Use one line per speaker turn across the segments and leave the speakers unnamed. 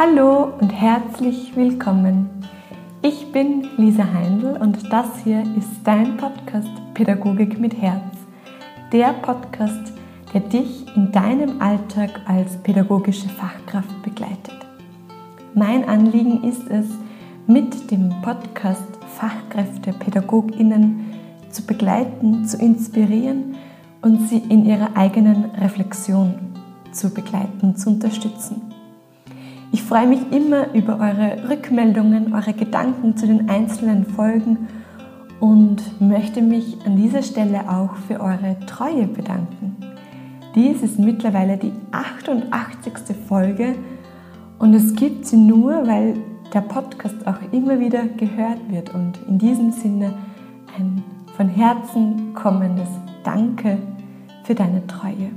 Hallo und herzlich willkommen. Ich bin Lisa Heindl und das hier ist dein Podcast Pädagogik mit Herz. Der Podcast, der dich in deinem Alltag als pädagogische Fachkraft begleitet. Mein Anliegen ist es, mit dem Podcast Fachkräfte, PädagogInnen zu begleiten, zu inspirieren und sie in ihrer eigenen Reflexion zu begleiten, zu unterstützen. Ich freue mich immer über eure Rückmeldungen, eure Gedanken zu den einzelnen Folgen und möchte mich an dieser Stelle auch für eure Treue bedanken. Dies ist mittlerweile die 88. Folge und es gibt sie nur, weil der Podcast auch immer wieder gehört wird und in diesem Sinne ein von Herzen kommendes Danke für deine Treue.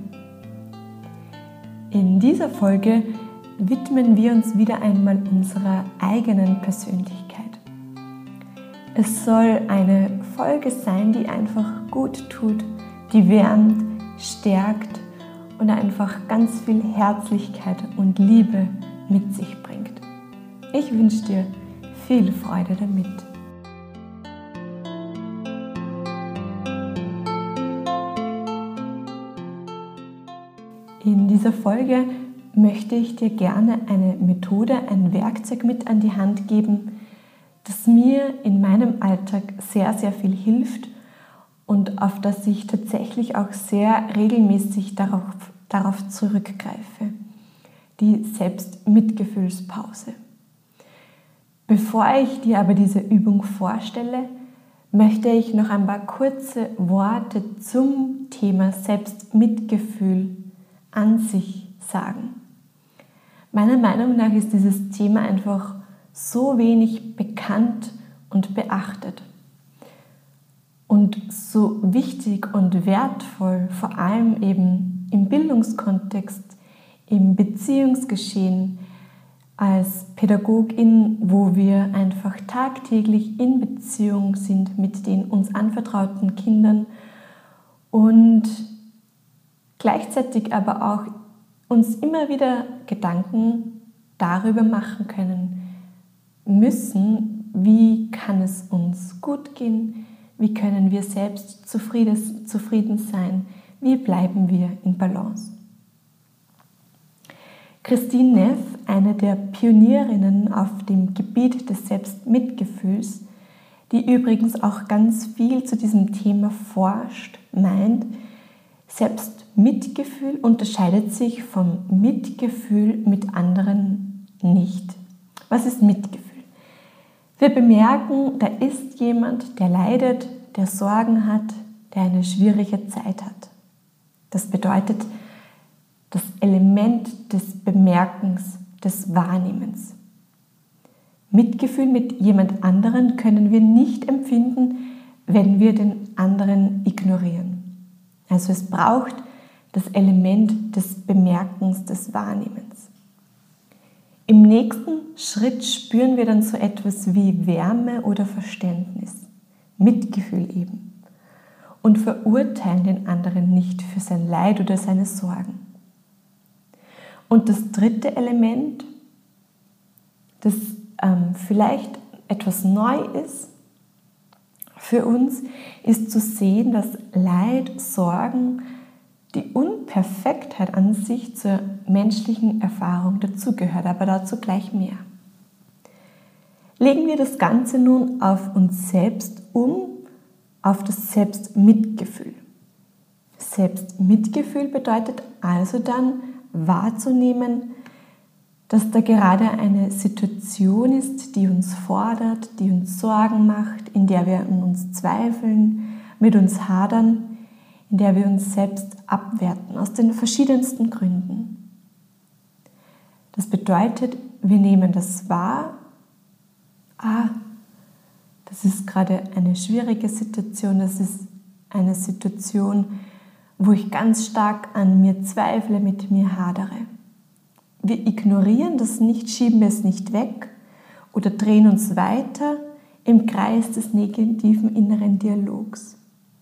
In dieser Folge widmen wir uns wieder einmal unserer eigenen Persönlichkeit. Es soll eine Folge sein, die einfach gut tut, die wärmt, stärkt und einfach ganz viel Herzlichkeit und Liebe mit sich bringt. Ich wünsche dir viel Freude damit. In dieser Folge möchte ich dir gerne eine Methode, ein Werkzeug mit an die Hand geben, das mir in meinem Alltag sehr, sehr viel hilft und auf das ich tatsächlich auch sehr regelmäßig darauf zurückgreife. Die Selbstmitgefühlspause. Bevor ich dir aber diese Übung vorstelle, möchte ich noch ein paar kurze Worte zum Thema Selbstmitgefühl an sich sagen. Meiner Meinung nach ist dieses Thema einfach so wenig bekannt und beachtet und so wichtig und wertvoll, vor allem eben im Bildungskontext, im Beziehungsgeschehen als Pädagogin, wo wir einfach tagtäglich in Beziehung sind mit den uns anvertrauten Kindern und gleichzeitig aber auch uns immer wieder Gedanken darüber machen können müssen, wie kann es uns gut gehen, wie können wir selbst zufrieden sein, wie bleiben wir in Balance. Christine Neff, eine der Pionierinnen auf dem Gebiet des Selbstmitgefühls, die übrigens auch ganz viel zu diesem Thema forscht, meint, Selbstmitgefühl unterscheidet sich vom Mitgefühl mit anderen nicht. Was ist Mitgefühl? Wir bemerken, da ist jemand, der leidet, der Sorgen hat, der eine schwierige Zeit hat. Das bedeutet das Element des Bemerkens, des Wahrnehmens. Mitgefühl mit jemand anderen können wir nicht empfinden, wenn wir den anderen ignorieren. Also es braucht das Element des Bemerkens, des Wahrnehmens. Im nächsten Schritt spüren wir dann so etwas wie Wärme oder Verständnis, Mitgefühl eben, und verurteilen den anderen nicht für sein Leid oder seine Sorgen. Und das dritte Element, das vielleicht etwas neu ist für uns, ist zu sehen, dass Leid, Sorgen, die Unperfektheit an sich zur menschlichen Erfahrung dazugehört, aber dazu gleich mehr. Legen wir das Ganze nun auf uns selbst auf das Selbstmitgefühl. Selbstmitgefühl bedeutet also dann wahrzunehmen, dass da gerade eine Situation ist, die uns fordert, die uns Sorgen macht, in der wir an uns zweifeln, mit uns hadern, in der wir uns selbst abwerten, aus den verschiedensten Gründen. Das bedeutet, wir nehmen das wahr, das ist gerade eine schwierige Situation, das ist eine Situation, wo ich ganz stark an mir zweifle, mit mir hadere. Wir ignorieren das nicht, schieben es nicht weg oder drehen uns weiter im Kreis des negativen inneren Dialogs.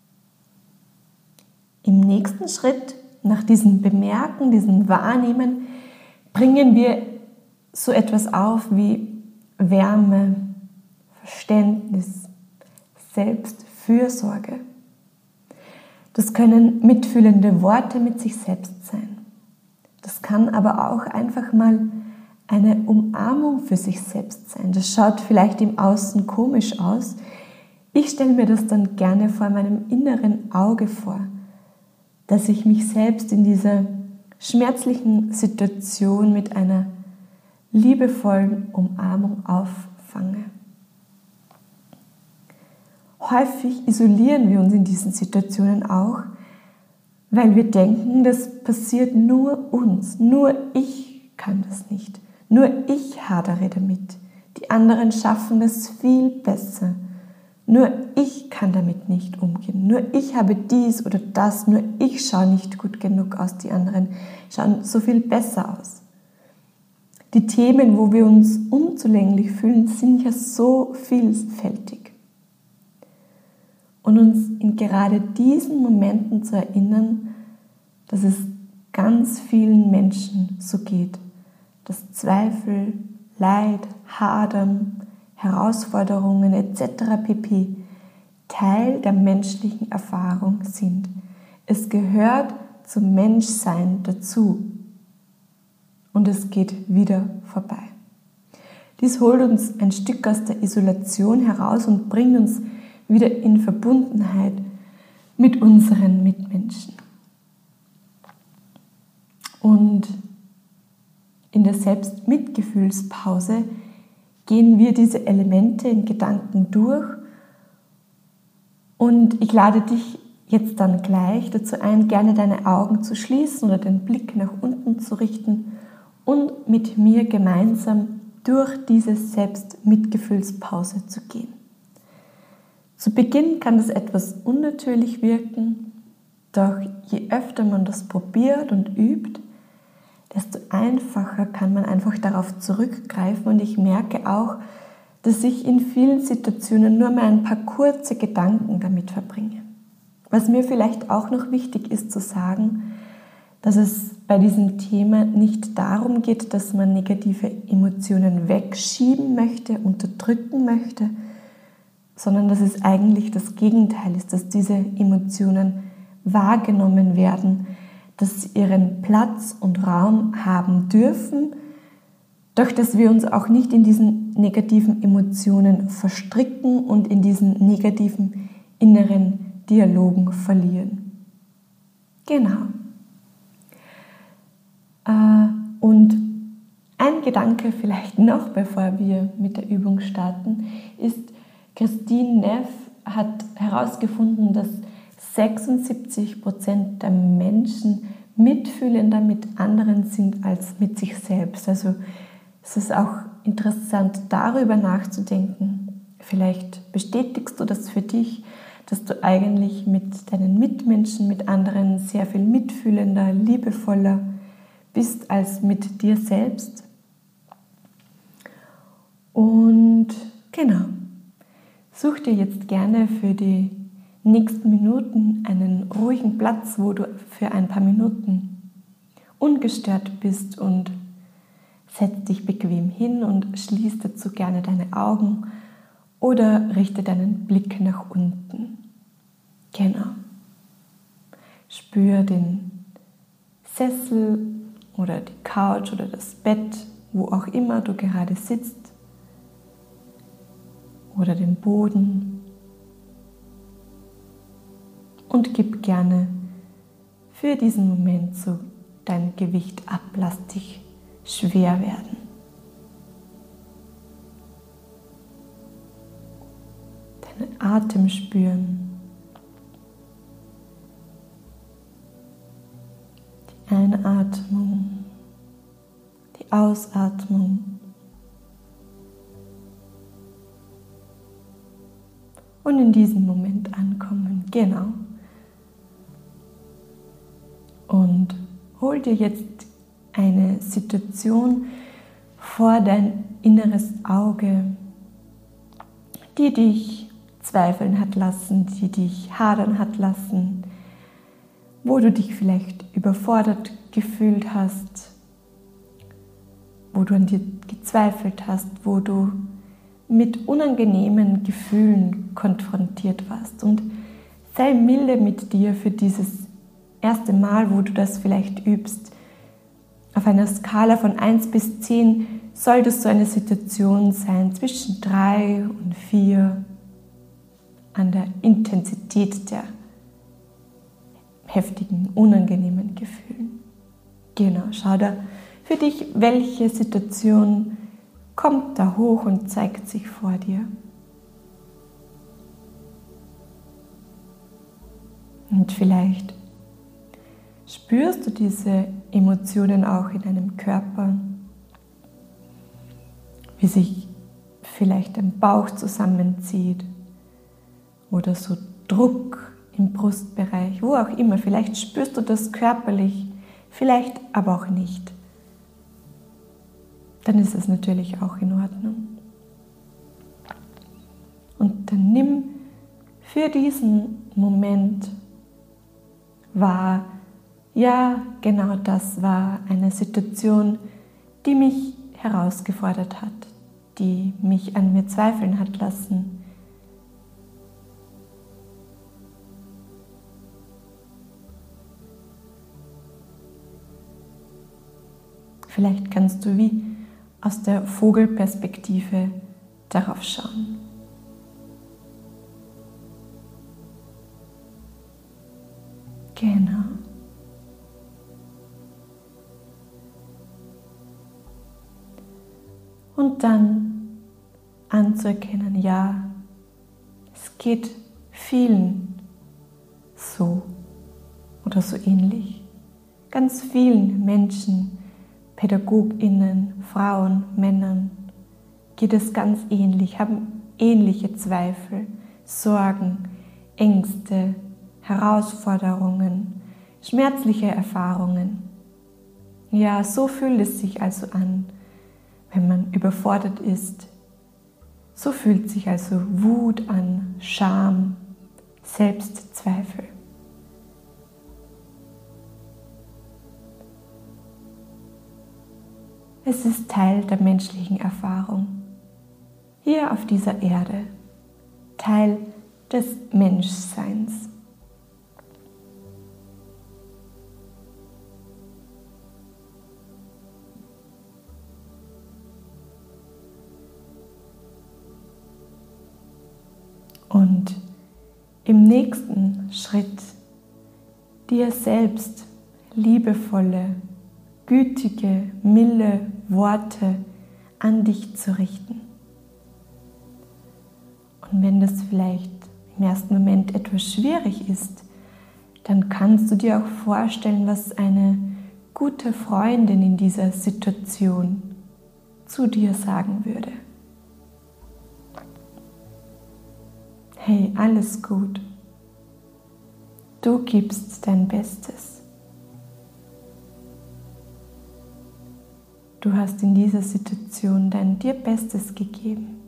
Im nächsten Schritt, nach diesem Bemerken, diesem Wahrnehmen, bringen wir so etwas auf wie Wärme, Verständnis, Selbstfürsorge. Das können mitfühlende Worte mit sich selbst sein. Das kann aber auch einfach mal eine Umarmung für sich selbst sein. Das schaut vielleicht im Außen komisch aus. Ich stelle mir das dann gerne vor meinem inneren Auge vor, dass ich mich selbst in dieser schmerzlichen Situation mit einer liebevollen Umarmung auffange. Häufig isolieren wir uns in diesen Situationen auch, weil wir denken, das passiert nur uns, nur ich kann das nicht, nur ich hadere damit, die anderen schaffen es viel besser, nur ich kann damit nicht umgehen, nur ich habe dies oder das, nur ich schaue nicht gut genug aus, die anderen schauen so viel besser aus. Die Themen, wo wir uns unzulänglich fühlen, sind ja so vielfältig. Und uns in gerade diesen Momenten zu erinnern, dass es ganz vielen Menschen so geht, dass Zweifel, Leid, Hadern, Herausforderungen etc. pp. Teil der menschlichen Erfahrung sind. Es gehört zum Menschsein dazu und es geht wieder vorbei. Dies holt uns ein Stück aus der Isolation heraus und bringt uns wieder in Verbundenheit mit unseren Mitmenschen. Und in der Selbstmitgefühlspause gehen wir diese Elemente in Gedanken durch und ich lade dich jetzt dann gleich dazu ein, gerne deine Augen zu schließen oder den Blick nach unten zu richten und mit mir gemeinsam durch diese Selbstmitgefühlspause zu gehen. Zu Beginn kann das etwas unnatürlich wirken, doch je öfter man das probiert und übt, desto einfacher kann man einfach darauf zurückgreifen und ich merke auch, dass ich in vielen Situationen nur mal ein paar kurze Gedanken damit verbringe. Was mir vielleicht auch noch wichtig ist zu sagen, dass es bei diesem Thema nicht darum geht, dass man negative Emotionen wegschieben möchte, unterdrücken möchte, sondern dass es eigentlich das Gegenteil ist, dass diese Emotionen wahrgenommen werden, dass sie ihren Platz und Raum haben dürfen, doch dass wir uns auch nicht in diesen negativen Emotionen verstricken und in diesen negativen inneren Dialogen verlieren. Genau. Und ein Gedanke vielleicht noch, bevor wir mit der Übung starten, ist, Christine Neff hat herausgefunden, dass 76% der Menschen mitfühlender mit anderen sind als mit sich selbst. Also es ist auch interessant, darüber nachzudenken. Vielleicht bestätigst du das für dich, dass du eigentlich mit deinen Mitmenschen, mit anderen sehr viel mitfühlender, liebevoller bist als mit dir selbst. Und genau, such dir jetzt gerne für die nächsten Minuten einen ruhigen Platz, wo du für ein paar Minuten ungestört bist und setz dich bequem hin und schließ dazu gerne deine Augen oder richte deinen Blick nach unten. Genau. Spür den Sessel oder die Couch oder das Bett, wo auch immer du gerade sitzt, oder den Boden. Und gib gerne für diesen Moment so dein Gewicht ab, lass dich schwer werden. Deinen Atem spüren. Die Einatmung, die Ausatmung. Und in diesem Moment ankommen, genau. Und hol dir jetzt eine Situation vor dein inneres Auge, die dich zweifeln hat lassen, die dich hadern hat lassen, wo du dich vielleicht überfordert gefühlt hast, wo du an dir gezweifelt hast, wo du mit unangenehmen Gefühlen konfrontiert warst. Und sei milde mit dir für dieses erste Mal, wo du das vielleicht übst. Auf einer Skala von 1 bis 10 soll das so eine Situation sein, zwischen 3 und 4 an der Intensität der heftigen, unangenehmen Gefühlen. Genau, schau da für dich, welche Situation kommt da hoch und zeigt sich vor dir. Und vielleicht spürst du diese Emotionen auch in deinem Körper, wie sich vielleicht dein Bauch zusammenzieht oder so Druck im Brustbereich, wo auch immer. Vielleicht spürst du das körperlich, vielleicht aber auch nicht. Dann ist es natürlich auch in Ordnung. Und dann nimm für diesen Moment wahr, ja, genau das war eine Situation, die mich herausgefordert hat, die mich an mir zweifeln hat lassen. Vielleicht kannst du wie aus der Vogelperspektive darauf schauen. Genau. Und dann anzuerkennen, ja, es geht vielen so oder so ähnlich. Ganz vielen Menschen, PädagogInnen, Frauen, Männern geht es ganz ähnlich, haben ähnliche Zweifel, Sorgen, Ängste, Herausforderungen, schmerzliche Erfahrungen. Ja, so fühlt es sich also an, wenn man überfordert ist. So fühlt sich also Wut an, Scham, Selbstzweifel. Es ist Teil der menschlichen Erfahrung, hier auf dieser Erde, Teil des Menschseins. Und im nächsten Schritt dir selbst liebevolle, gütige, milde Worte an dich zu richten. Und wenn das vielleicht im ersten Moment etwas schwierig ist, dann kannst du dir auch vorstellen, was eine gute Freundin in dieser Situation zu dir sagen würde. Hey, alles gut. Du gibst dein Bestes. Du hast in dieser Situation dein dir Bestes gegeben.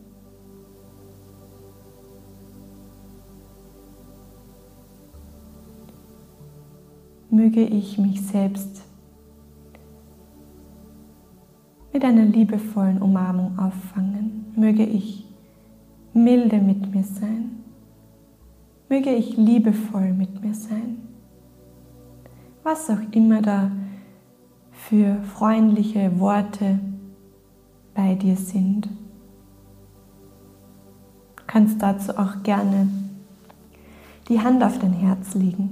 Möge ich mich selbst mit einer liebevollen Umarmung auffangen. Möge ich milde mit mir sein. Möge ich liebevoll mit mir sein. Was auch immer da für freundliche Worte bei dir sind. Du kannst dazu auch gerne die Hand auf dein Herz legen.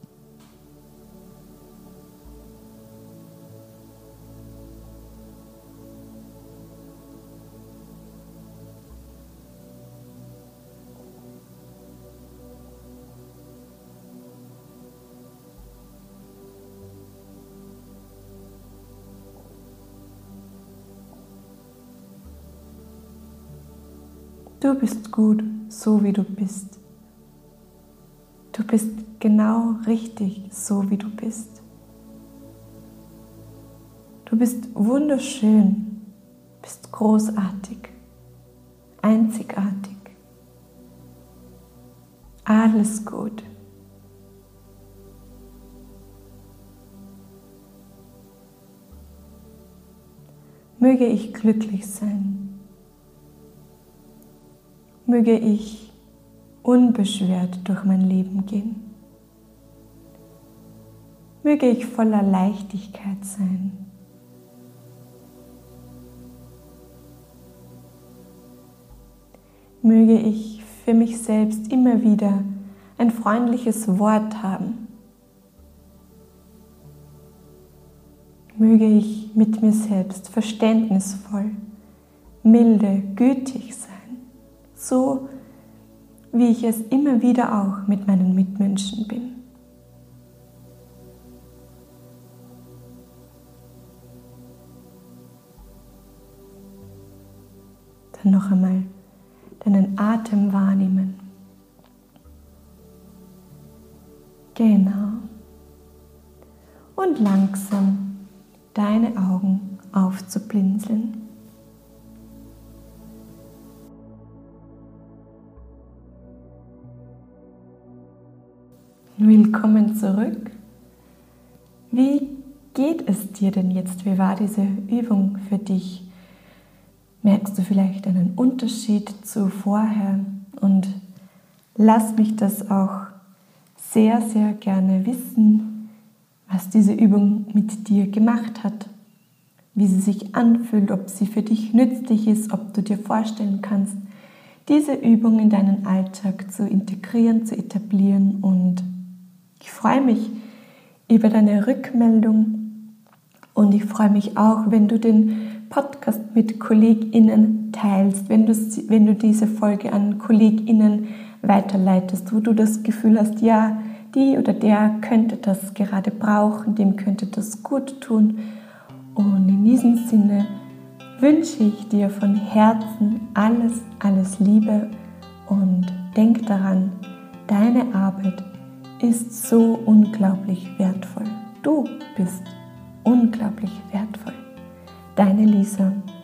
Du bist gut, so wie du bist. Du bist genau richtig, so wie du bist. Du bist wunderschön, bist großartig, einzigartig. Alles gut. Möge ich glücklich sein. Möge ich unbeschwert durch mein Leben gehen. Möge ich voller Leichtigkeit sein. Möge ich für mich selbst immer wieder ein freundliches Wort haben. Möge ich mit mir selbst verständnisvoll, milde, gütig sein, so wie ich es immer wieder auch mit meinen Mitmenschen bin. Dann noch einmal deinen Atem wahrnehmen. Genau. Und langsam deine Augen aufzublinzeln. Willkommen zurück. Wie geht es dir denn jetzt? Wie war diese Übung für dich? Merkst du vielleicht einen Unterschied zu vorher? Und lass mich das auch sehr, sehr gerne wissen, was diese Übung mit dir gemacht hat, wie sie sich anfühlt, ob sie für dich nützlich ist, ob du dir vorstellen kannst, diese Übung in deinen Alltag zu integrieren, zu etablieren. Und ich freue mich über deine Rückmeldung und ich freue mich auch, wenn du den Podcast mit KollegInnen teilst, wenn du diese Folge an KollegInnen weiterleitest, wo du das Gefühl hast, ja, die oder der könnte das gerade brauchen, dem könnte das gut tun. Und in diesem Sinne wünsche ich dir von Herzen alles, alles Liebe und denk daran, deine Arbeit ist so unglaublich wertvoll. Du bist unglaublich wertvoll. Deine Lisa.